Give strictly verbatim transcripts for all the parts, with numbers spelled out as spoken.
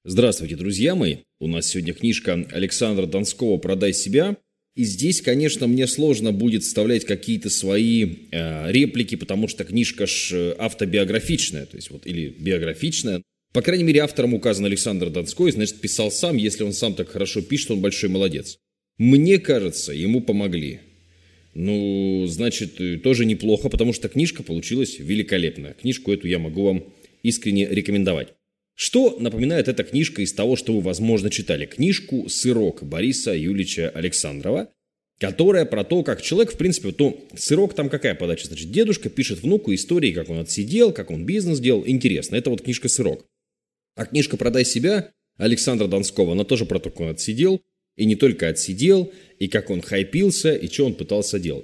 Здравствуйте, друзья мои! У нас сегодня книжка Александра Донского «Продай себя». И здесь, конечно, мне сложно будет вставлять какие-то свои э, реплики, потому что книжка ж автобиографичная, то есть вот или биографичная. По крайней мере, автором указан Александр Донской, значит, писал сам. Если он сам так хорошо пишет, он большой молодец. Мне кажется, ему помогли. Ну, значит, тоже неплохо, потому что книжка получилась великолепная. Книжку эту я могу вам искренне рекомендовать. Что напоминает эта книжка из того, что вы, возможно, читали? Книжку «Сырок» Бориса Юлича Александрова, которая про то, как человек, в принципе, то «Сырок» там какая подача? Значит, дедушка пишет внуку истории, как он отсидел, как он бизнес делал. Интересно, это вот книжка «Сырок». А книжка «Продай себя» Александра Донского, она тоже про то, как он отсидел, и не только отсидел, и как он хайпился, и что он пытался делать.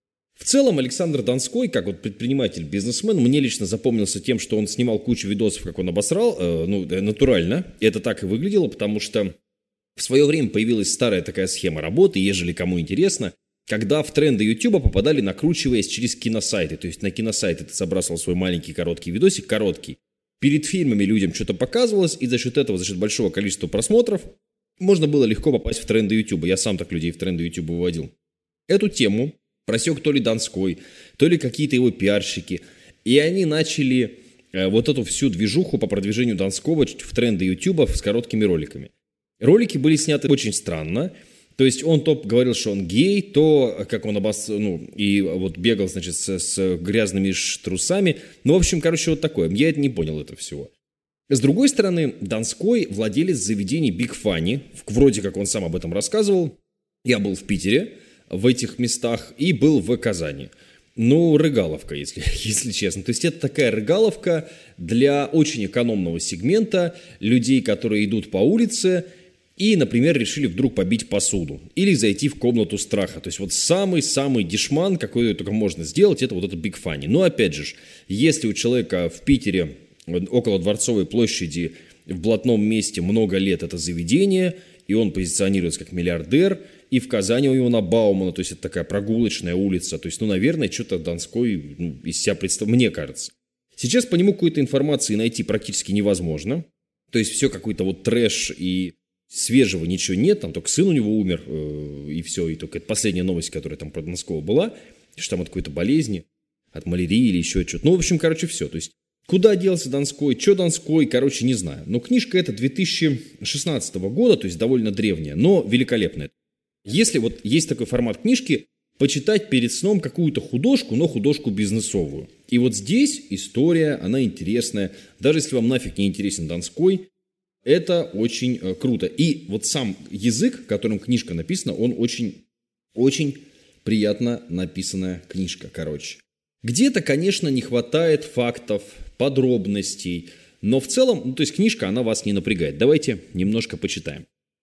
В целом, Александр Донской, как вот предприниматель-бизнесмен, мне лично запомнился тем, что он снимал кучу видосов, как он обосрал, э, ну, натурально. И это так и выглядело, потому что в свое время появилась старая такая схема работы, ежели кому интересно, когда в тренды Ютуба попадали, накручиваясь через киносайты. То есть на киносайты ты забрасывал свой маленький короткий видосик, короткий. Перед фильмами людям что-то показывалось, и за счет этого, за счет большого количества просмотров, можно было легко попасть в тренды Ютуба. Я сам так людей в тренды Ютуба выводил. Эту тему просек то ли Донской, то ли какие-то его пиарщики. И они начали э, вот эту всю движуху по продвижению Донского в тренды Ютуба с короткими роликами. Ролики были сняты очень странно. То есть он то говорил, что он гей, то как он обос... ну, и вот бегал, значит, с, с грязными трусами. Ну, в общем, короче, вот такое. Я это не понял этого всего. С другой стороны, Донской владелец заведений Big Funny. Вроде как он сам об этом рассказывал. Я был в Питере в этих местах и был в Казани. Ну, рыгаловка, если, если честно. То есть это такая рыгаловка для очень экономного сегмента людей, которые идут по улице и, например, решили вдруг побить посуду или зайти в комнату страха. То есть вот самый-самый дешман, какой только можно сделать, это вот это Big Funny. Но опять же, если у человека в Питере около Дворцовой площади в блатном месте много лет это заведение, и он позиционируется как миллиардер, и в Казани у него на Баумана, то есть это такая прогулочная улица. То есть, ну, наверное, что-то Донской ну, из себя представляет, мне кажется. Сейчас по нему какой-то информации найти практически невозможно. То есть все какой-то вот трэш и свежего ничего нет. Там только сын у него умер, э, и все. И только это последняя новость, которая там про Донского была, что там от какой-то болезни, от малярии или еще что-то. Ну, в общем, короче, все. То есть куда делся Донской, что Донской, короче, не знаю. Но книжка эта две тысячи шестнадцатого года, то есть довольно древняя, но великолепная. Если вот есть такой формат книжки, почитать перед сном какую-то художку, но художку бизнесовую. И вот здесь история, она интересная. Даже если вам нафиг не интересен Донской, это очень э, круто. И вот сам язык, которым книжка написана, он очень, очень приятно написанная книжка, короче. Где-то, конечно, не хватает фактов, подробностей, но в целом, ну, то есть книжка, она вас не напрягает. Давайте немножко почитаем.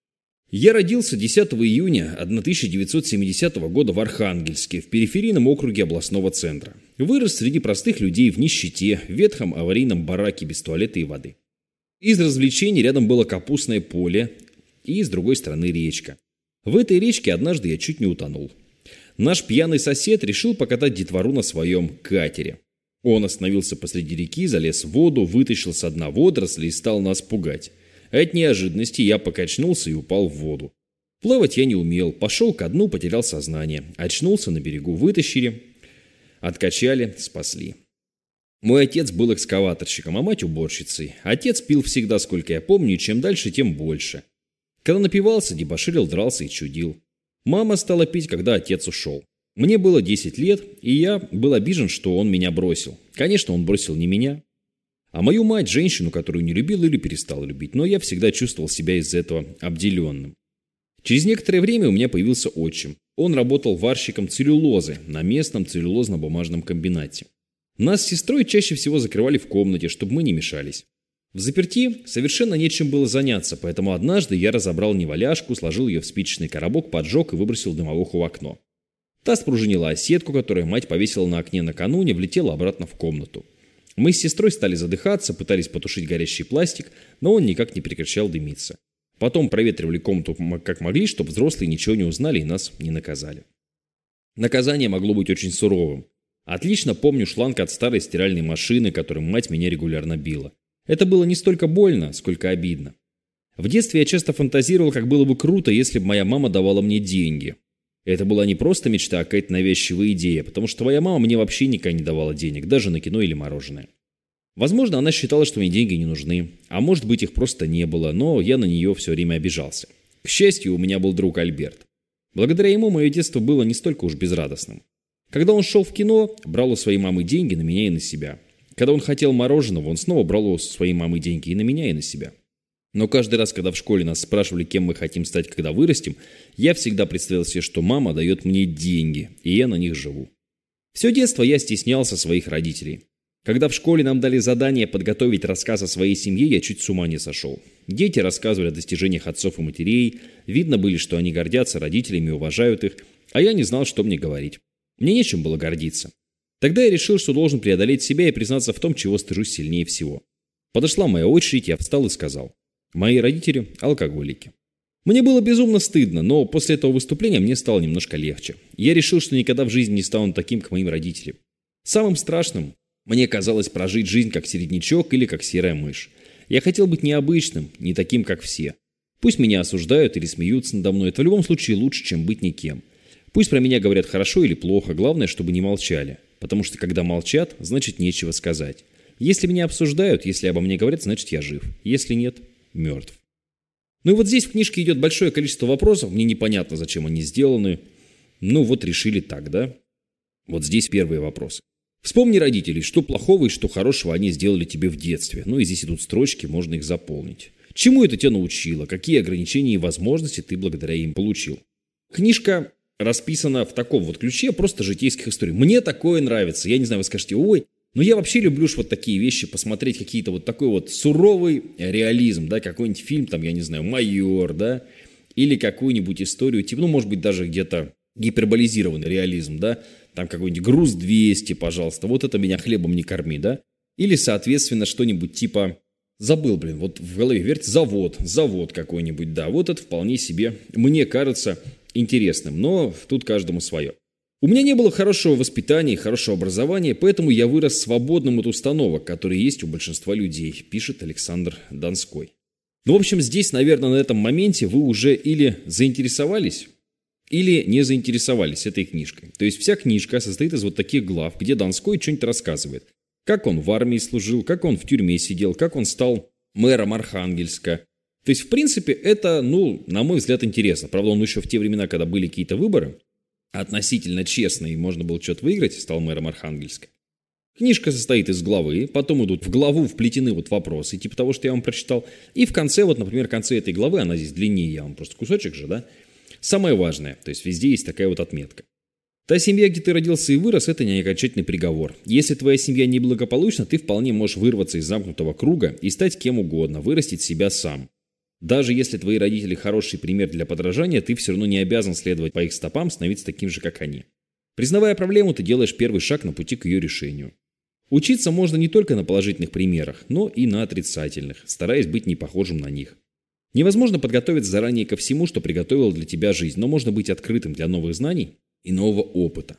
Я родился десятого июня тысяча девятьсот семидесятого года в Архангельске, в периферийном округе областного центра. Вырос среди простых людей в нищете, в ветхом аварийном бараке без туалета и воды. Из развлечений рядом было капустное поле и, с другой стороны, речка. В этой речке однажды я чуть не утонул. Наш пьяный сосед решил покатать детвору на своем катере. Он остановился посреди реки, залез в воду, вытащил со дна водоросли и стал нас пугать. От неожиданности я покачнулся и упал в воду. Плавать я не умел, пошел ко дну, потерял сознание. Очнулся на берегу, вытащили, откачали, спасли. Мой отец был экскаваторщиком, а мать уборщицей. Отец пил всегда, сколько я помню, и чем дальше, тем больше. Когда напивался, дебоширил, дрался и чудил. Мама стала пить, когда отец ушел. Мне было десять лет, и я был обижен, что он меня бросил. Конечно, он бросил не меня, а мою мать, женщину, которую не любил или перестал любить, но я всегда чувствовал себя из-за этого обделенным. Через некоторое время у меня появился отчим. Он работал варщиком целлюлозы на местном целлюлозно-бумажном комбинате. Нас с сестрой чаще всего закрывали в комнате, чтобы мы не мешались. В заперти совершенно нечем было заняться, поэтому однажды я разобрал неваляшку, сложил ее в спичечный коробок, поджег и выбросил дымовуху в окно. Та спружинила осетку, которую мать повесила на окне накануне, влетела обратно в комнату. Мы с сестрой стали задыхаться, пытались потушить горящий пластик, но он никак не прекращал дымиться. Потом проветривали комнату как могли, чтобы взрослые ничего не узнали и нас не наказали. Наказание могло быть очень суровым. Отлично помню шланг от старой стиральной машины, которым мать меня регулярно била. Это было не столько больно, сколько обидно. В детстве я часто фантазировал, как было бы круто, если бы моя мама давала мне деньги. Это была не просто мечта, а какая-то навязчивая идея, потому что твоя мама мне вообще никогда не давала денег, даже на кино или мороженое. Возможно, она считала, что мне деньги не нужны, а может быть их просто не было, но я на нее все время обижался. К счастью, у меня был друг Альберт. Благодаря ему мое детство было не столько уж безрадостным. Когда он шел в кино, брал у своей мамы деньги на меня и на себя. Когда он хотел мороженого, он снова брал у своей мамы деньги и на меня, и на себя. Но каждый раз, когда в школе нас спрашивали, кем мы хотим стать, когда вырастем, я всегда представлял себе, что мама дает мне деньги, и я на них живу. Все детство я стеснялся своих родителей. Когда в школе нам дали задание подготовить рассказ о своей семье, я чуть с ума не сошел. Дети рассказывали о достижениях отцов и матерей, видно были, что они гордятся родителями и уважают их, а я не знал, что мне говорить. Мне нечем было гордиться. Тогда я решил, что должен преодолеть себя и признаться в том, чего стыжусь сильнее всего. Подошла моя очередь, я встал и сказал: мои родители – алкоголики. Мне было безумно стыдно, но после этого выступления мне стало немножко легче. Я решил, что никогда в жизни не стану таким, как моим родителям. Самым страшным мне казалось прожить жизнь как середнячок или как серая мышь. Я хотел быть необычным, не таким, как все. Пусть меня осуждают или смеются надо мной, это в любом случае лучше, чем быть никем. Пусть про меня говорят хорошо или плохо, главное, чтобы не молчали. Потому что когда молчат, значит нечего сказать. Если меня обсуждают, если обо мне говорят, значит я жив. Если нет, мертв. Ну и вот здесь в книжке идет большое количество вопросов, мне непонятно, зачем они сделаны. Ну вот решили так, да? Вот здесь первые вопросы. Вспомни родителей, что плохого и что хорошего они сделали тебе в детстве. Ну и здесь идут строчки, можно их заполнить. Чему это тебя научило? Какие ограничения и возможности ты благодаря им получил? Книжка расписана в таком вот ключе просто житейских историй. Мне такое нравится. Я не знаю, вы скажете: ой, но я вообще люблю вот такие вещи, посмотреть какие-то вот такой вот суровый реализм, да, какой-нибудь фильм, там, я не знаю, «Майор», да, или какую-нибудь историю, типа, ну, может быть, даже где-то гиперболизированный реализм, да, там какой-нибудь «Груз двести», пожалуйста, вот это меня хлебом не корми, да, или, соответственно, что-нибудь типа, забыл, блин, вот в голове верть, «Завод», «Завод» какой-нибудь, да, вот это вполне себе, мне кажется, интересным, но тут каждому свое. У меня не было хорошего воспитания и хорошего образования, поэтому я вырос свободным от установок, которые есть у большинства людей, пишет Александр Донской. Ну, в общем, здесь, наверное, на этом моменте вы уже или заинтересовались, или не заинтересовались этой книжкой. То есть вся книжка состоит из вот таких глав, где Донской что-нибудь рассказывает. Как он в армии служил, как он в тюрьме сидел, как он стал мэром Архангельска. То есть, в принципе, это, ну, на мой взгляд, интересно. Правда, он еще в те времена, когда были какие-то выборы, относительно честно, и можно было что-то выиграть, стал мэром Архангельска. Книжка состоит из главы, потом идут в главу вплетены вот вопросы, типа того, что я вам прочитал, и в конце, вот, например, в конце этой главы, она здесь длиннее, я вам просто кусочек же, да, самое важное, то есть везде есть такая вот отметка. Та семья, где ты родился и вырос, это не окончательный приговор. Если твоя семья неблагополучна, ты вполне можешь вырваться из замкнутого круга и стать кем угодно, вырастить себя сам. Даже если твои родители хороший пример для подражания, ты все равно не обязан следовать по их стопам, становиться таким же, как они. Признавая проблему, ты делаешь первый шаг на пути к ее решению. Учиться можно не только на положительных примерах, но и на отрицательных, стараясь быть не похожим на них. Невозможно подготовиться заранее ко всему, что приготовила для тебя жизнь, но можно быть открытым для новых знаний и нового опыта.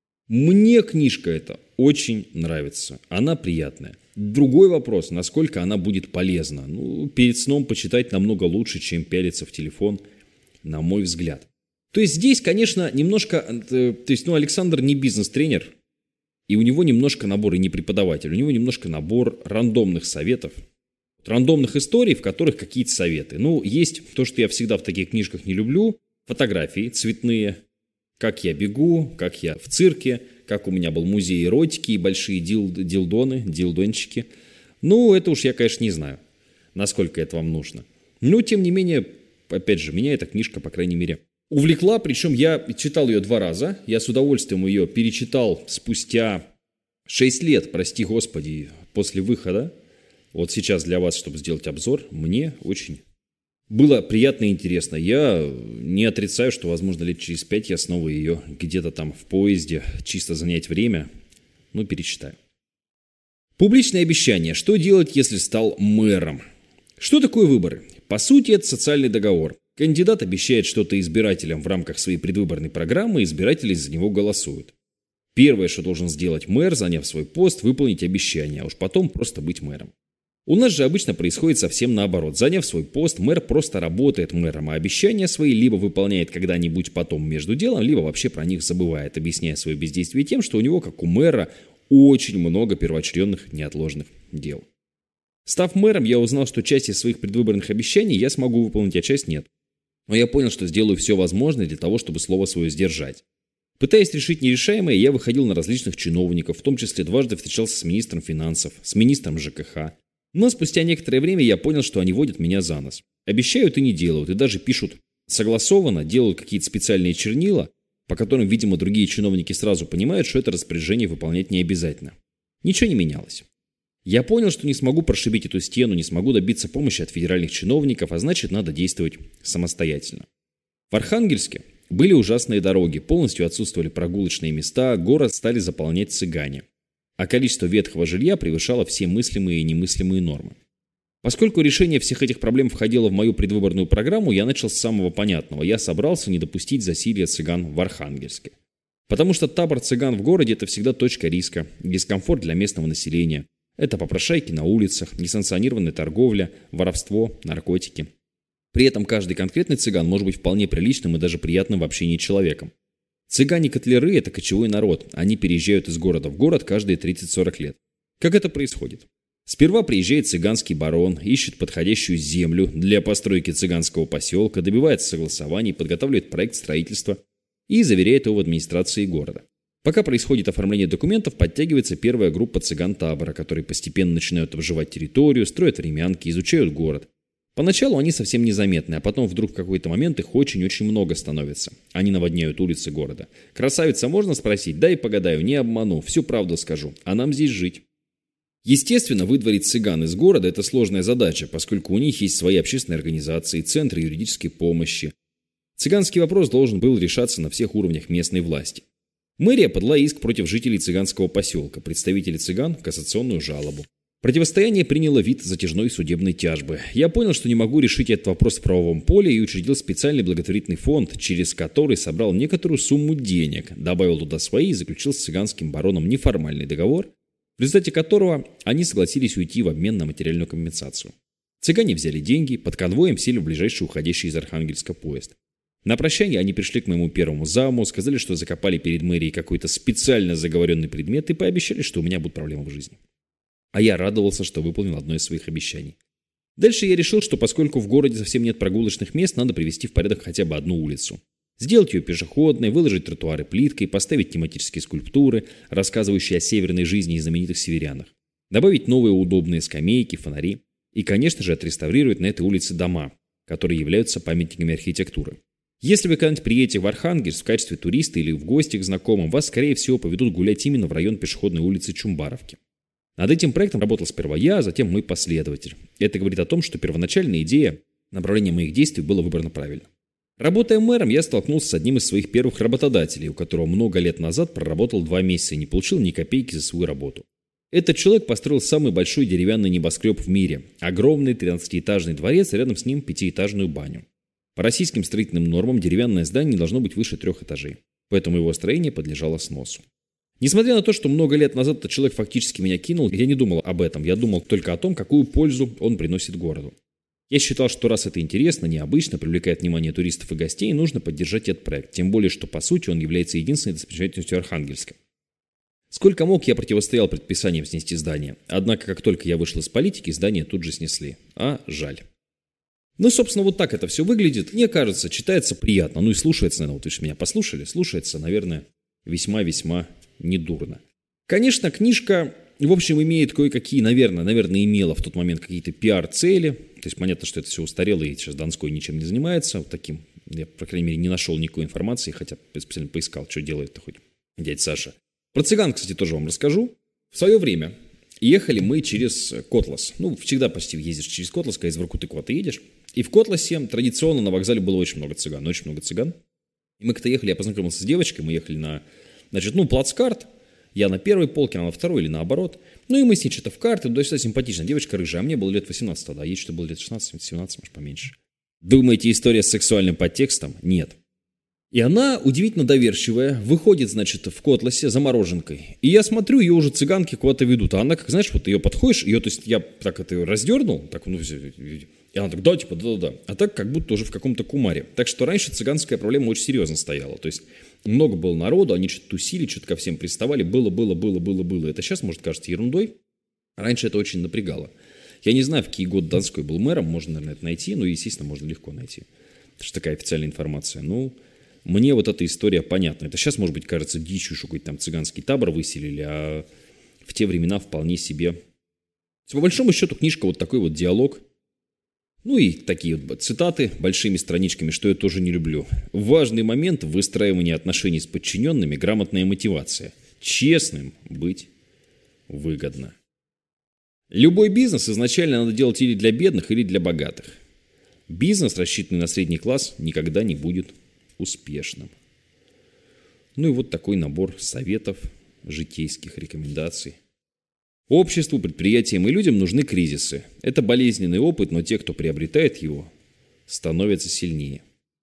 Мне книжка эта очень нравится, она приятная. Другой вопрос, насколько она будет полезна. Ну, перед сном почитать намного лучше, чем пялиться в телефон, на мой взгляд. То есть здесь, конечно, немножко... То есть, ну, Александр не бизнес-тренер, и у него немножко набор, и не преподаватель, у него немножко набор рандомных советов, рандомных историй, в которых какие-то советы. Ну, есть то, что я всегда в таких книжках не люблю, фотографии цветные, как я бегу, как я в цирке, как у меня был музей эротики и большие дил, дилдоны, дилдончики. Ну, это уж я, конечно, не знаю, насколько это вам нужно. Но, тем не менее, опять же, меня эта книжка, по крайней мере, увлекла. Причем я читал ее два раза. Я с удовольствием ее перечитал спустя шесть лет, прости господи, после выхода. Вот сейчас для вас, чтобы сделать обзор, мне очень было приятно и интересно. Я не отрицаю, что, возможно, лет через пять я снова ее где-то там в поезде, чисто занять время, ну, перечитаю. Публичное обещание. Что делать, если стал мэром? Что такое выборы? По сути, это социальный договор. Кандидат обещает что-то избирателям в рамках своей предвыборной программы, и избиратели за него голосуют. Первое, что должен сделать мэр, заняв свой пост, выполнить обещание, а уж потом просто быть мэром. У нас же обычно происходит совсем наоборот. Заняв свой пост, мэр просто работает мэром, а обещания свои либо выполняет когда-нибудь потом между делом, либо вообще про них забывает, объясняя свое бездействие тем, что у него, как у мэра, очень много первоочередных неотложных дел. Став мэром, я узнал, что часть из своих предвыборных обещаний я смогу выполнить, а часть нет. Но я понял, что сделаю все возможное для того, чтобы слово свое сдержать. Пытаясь решить нерешаемое, я выходил на различных чиновников, в том числе дважды встречался с министром финансов, с министром ЖКХ. Но спустя некоторое время я понял, что они водят меня за нос. Обещают и не делают, и даже пишут согласованно, делают какие-то специальные чернила, по которым, видимо, другие чиновники сразу понимают, что это распоряжение выполнять не обязательно. Ничего не менялось. Я понял, что не смогу прошибить эту стену, не смогу добиться помощи от федеральных чиновников, а значит, надо действовать самостоятельно. В Архангельске были ужасные дороги, полностью отсутствовали прогулочные места, город стали заполнять цыгане. А количество ветхого жилья превышало все мыслимые и немыслимые нормы. Поскольку решение всех этих проблем входило в мою предвыборную программу, я начал с самого понятного. Я собрался не допустить засилья цыган в Архангельске. Потому что табор цыган в городе – это всегда точка риска, дискомфорт для местного населения. Это попрошайки на улицах, несанкционированная торговля, воровство, наркотики. При этом каждый конкретный цыган может быть вполне приличным и даже приятным в общении человеком. Цыгане-котляры – это кочевой народ. Они переезжают из города в город каждые тридцать-сорок лет. Как это происходит? Сперва приезжает цыганский барон, ищет подходящую землю для постройки цыганского поселка, добивается согласований, подготавливает проект строительства и заверяет его в администрации города. Пока происходит оформление документов, подтягивается первая группа цыган табора, которые постепенно начинают обживать территорию, строят времянки, изучают город. Поначалу они совсем незаметны, а потом вдруг в какой-то момент их очень-очень много становится. Они наводняют улицы города. «Красавица, можно спросить? Дай погадаю, не обману, всю правду скажу. А нам здесь жить». Естественно, выдворить цыган из города – это сложная задача, поскольку у них есть свои общественные организации, центры юридической помощи. Цыганский вопрос должен был решаться на всех уровнях местной власти. Мэрия подала иск против жителей цыганского поселка, представители цыган – кассационную жалобу. Противостояние приняло вид затяжной судебной тяжбы. Я понял, что не могу решить этот вопрос в правовом поле и учредил специальный благотворительный фонд, через который собрал некоторую сумму денег, добавил туда свои и заключил с цыганским бароном неформальный договор, в результате которого они согласились уйти в обмен на материальную компенсацию. Цыгане взяли деньги, под конвоем сели в ближайший уходящий из Архангельска поезд. На прощание они пришли к моему первому заму, сказали, что закопали перед мэрией какой-то специально заговоренный предмет и пообещали, что у меня будут проблемы в жизни. А я радовался, что выполнил одно из своих обещаний. Дальше я решил, что поскольку в городе совсем нет прогулочных мест, надо привести в порядок хотя бы одну улицу. Сделать ее пешеходной, выложить тротуары плиткой, поставить тематические скульптуры, рассказывающие о северной жизни и знаменитых северянах. Добавить новые удобные скамейки, фонари. И, конечно же, отреставрировать на этой улице дома, которые являются памятниками архитектуры. Если вы когда-нибудь приедете в Архангельск в качестве туриста или в гости к знакомым, вас, скорее всего, поведут гулять именно в район пешеходной улицы Чумбаровки. Над этим проектом работал сперва я, а затем мой последователь. Это говорит о том, что первоначальная идея, направление моих действий было выбрано правильно. Работая мэром, я столкнулся с одним из своих первых работодателей, у которого много лет назад проработал два месяца и не получил ни копейки за свою работу. Этот человек построил самый большой деревянный небоскреб в мире. Огромный тринадцатиэтажный дворец, а рядом с ним пятиэтажную баню. По российским строительным нормам деревянное здание не должно быть выше трех этажей, поэтому его строение подлежало сносу. Несмотря на то, что много лет назад этот человек фактически меня кинул, я не думал об этом, я думал только о том, какую пользу он приносит городу. Я считал, что раз это интересно, необычно, привлекает внимание туристов и гостей, нужно поддержать этот проект, тем более, что по сути он является единственной достопримечательностью Архангельска. Сколько мог, я противостоял предписаниям снести здание, однако как только я вышел из политики, здание тут же снесли. А жаль. Ну, собственно, вот так это все выглядит. Мне кажется, читается приятно, ну и слушается, наверное, вот вы же меня послушали, слушается, наверное, весьма-весьма недурно. Конечно, книжка, в общем, имеет кое-какие, наверное, наверное, имела в тот момент какие-то пиар-цели. То есть понятно, что это все устарело, и сейчас Донской ничем не занимается. Вот таким, я, по крайней мере, не нашел никакой информации, хотя специально поискал, что делает-то хоть дядя Саша. Про цыган, кстати, тоже вам расскажу. В свое время ехали мы через Котлас. Ну, всегда почти ездишь через Котлас, когда из Воркуты куда-то едешь. И в Котласе традиционно на вокзале было очень много цыган, очень много цыган. И мы когда ехали, я познакомился с девочкой, мы ехали на... Значит, ну, плацкарт, я на первой полке, она на второй или наоборот. Ну, и мы с ней что-то в карты, да, симпатичная девочка рыжая, а мне было лет восемнадцать тогда, а ей что-то было лет шестнадцать-семнадцать, может, поменьше. Думаете, история с сексуальным подтекстом? Нет. И она удивительно доверчивая, выходит, значит, в котласе за мороженкой. И я смотрю, ее уже цыганки куда-то ведут. А она, как, знаешь, вот ее подходишь, ее, то есть я так это ее раздернул, так, ну, и она так, да, типа, да-да-да. А так, как будто уже в каком-то кумаре. Так что раньше цыганская проблема очень серьезно стояла. То есть много было народу, они что-то тусили, что-то ко всем приставали. Было, было, было, было, было. Это сейчас, может, кажется ерундой. Раньше это очень напрягало. Я не знаю, в какие годы Донской был мэром, можно, наверное, это найти, но, естественно, можно легко найти. Это же такая официальная информация. Ну, мне вот эта история понятна. Это сейчас, может быть, кажется дичью, что какой-то там цыганский табор выселили, а в те времена вполне себе. По большому счету, книжка вот такой вот диалог. Ну и такие вот цитаты большими страничками, что я тоже не люблю. Важный момент в выстраивании отношений с подчиненными – грамотная мотивация. Честным быть выгодно. Любой бизнес изначально надо делать или для бедных, или для богатых. Бизнес, рассчитанный на средний класс, никогда не будет успешным. Ну и вот такой набор советов, житейских рекомендаций. Обществу, предприятиям и людям нужны кризисы. Это болезненный опыт, но те, кто приобретает его, становятся сильнее.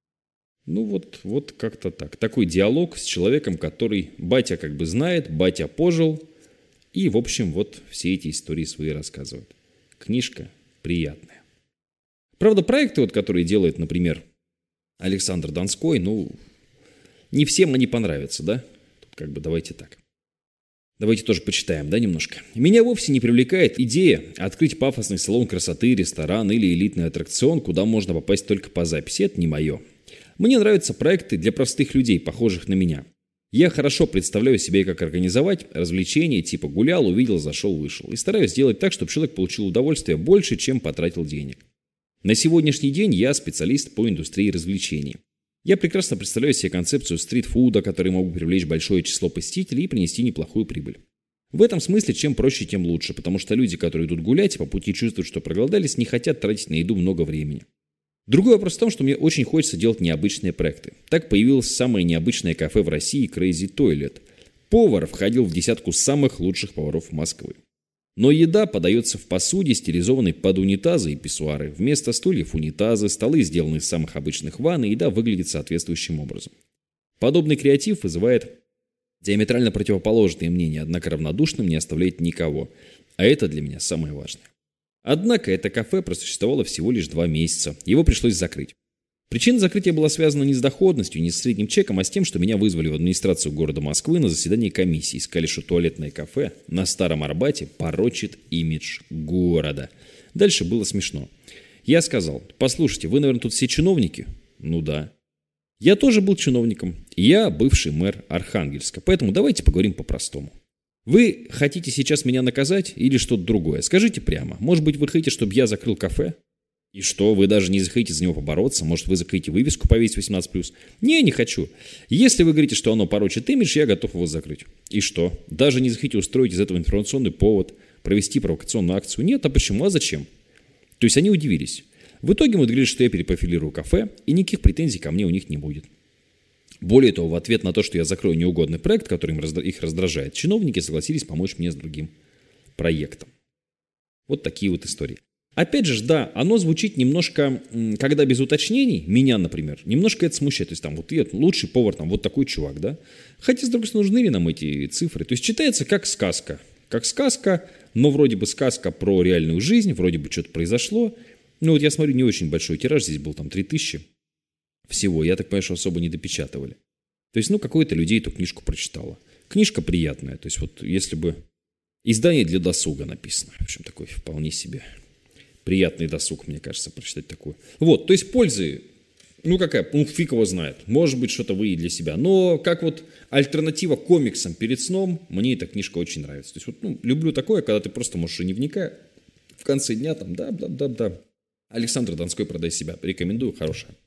Ну вот, вот как-то так. Такой диалог с человеком, который батя как бы знает, батя пожил, и, в общем, вот все эти истории свои рассказывают. Книжка приятная. Правда, проекты, вот, которые делает, например, Александр Донской, ну, не всем они понравятся, да? Тут как бы давайте так. Давайте тоже почитаем, да, немножко. Меня вовсе не привлекает идея открыть пафосный салон красоты, ресторан или элитный аттракцион, куда можно попасть только по записи. Это не мое. Мне нравятся проекты для простых людей, похожих на меня. Я хорошо представляю себе, как организовать развлечения, типа гулял, увидел, зашел, вышел. И стараюсь сделать так, чтобы человек получил удовольствие больше, чем потратил денег. На сегодняшний день я специалист по индустрии развлечений. Я прекрасно представляю себе концепцию стритфуда, который мог бы привлечь большое число посетителей и принести неплохую прибыль. В этом смысле, чем проще, тем лучше, потому что люди, которые идут гулять и по пути чувствуют, что проголодались, не хотят тратить на еду много времени. Другой вопрос в том, что мне очень хочется делать необычные проекты. Так появилось самое необычное кафе в России Crazy Toilet. Повар входил в десятку самых лучших поваров Москвы. Но еда подается в посуде, стилизованной под унитазы и писсуары. Вместо стульев унитазы, столы сделаны из самых обычных ванн, и еда выглядит соответствующим образом. Подобный креатив вызывает диаметрально противоположные мнения, однако равнодушным не оставляет никого. А это для меня самое важное. Однако это кафе просуществовало всего лишь два месяца. Его пришлось закрыть. Причина закрытия была связана не с доходностью, не с средним чеком, а с тем, что меня вызвали в администрацию города Москвы на заседание комиссии. Сказали, что туалетное кафе на Старом Арбате порочит имидж города. Дальше было смешно. Я сказал: послушайте, вы, наверное, тут все чиновники? Ну да. Я тоже был чиновником. Я бывший мэр Архангельска. Поэтому давайте поговорим по-простому. Вы хотите сейчас меня наказать или что-то другое? Скажите прямо. Может быть, вы хотите, чтобы я закрыл кафе? И что, вы даже не захотите за него побороться? Может, вы захотите вывеску повесить восемнадцать плюс? Не, не хочу. Если вы говорите, что оно порочит имидж, я готов его закрыть. И что? Даже не захотите устроить из этого информационный повод, провести провокационную акцию? Нет, а почему? А зачем? То есть они удивились. В итоге мы договорились, что я перепрофилирую кафе, и никаких претензий ко мне у них не будет. Более того, в ответ на то, что я закрою неугодный проект, который их раздражает, чиновники согласились помочь мне с другим проектом. Вот такие вот истории. Опять же, да, оно звучит немножко, когда без уточнений, меня, например, немножко это смущает. То есть там вот я лучший повар, там вот такой чувак, да. Хотя, с другой стороны, нужны ли нам эти цифры? То есть читается как сказка. Как сказка, но вроде бы сказка про реальную жизнь, вроде бы что-то произошло. Ну вот я смотрю, не очень большой тираж, здесь был там три тысячи всего. Я так понимаю, что особо не допечатывали. То есть, ну, какое-то людей эту книжку прочитало. Книжка приятная. То есть вот если бы издание для досуга написано. В общем, такой вполне себе приятный досуг, мне кажется, прочитать такое. Вот, то есть пользы, ну какая, ну фиг его знает. Может быть, что-то вы и для себя. Но как вот альтернатива комиксам перед сном, мне эта книжка очень нравится. То есть вот, ну, люблю такое, когда ты просто можешь и не вникая, в конце дня там, да-да-да-да. Александр Донской «Продай себя». Рекомендую, хорошая.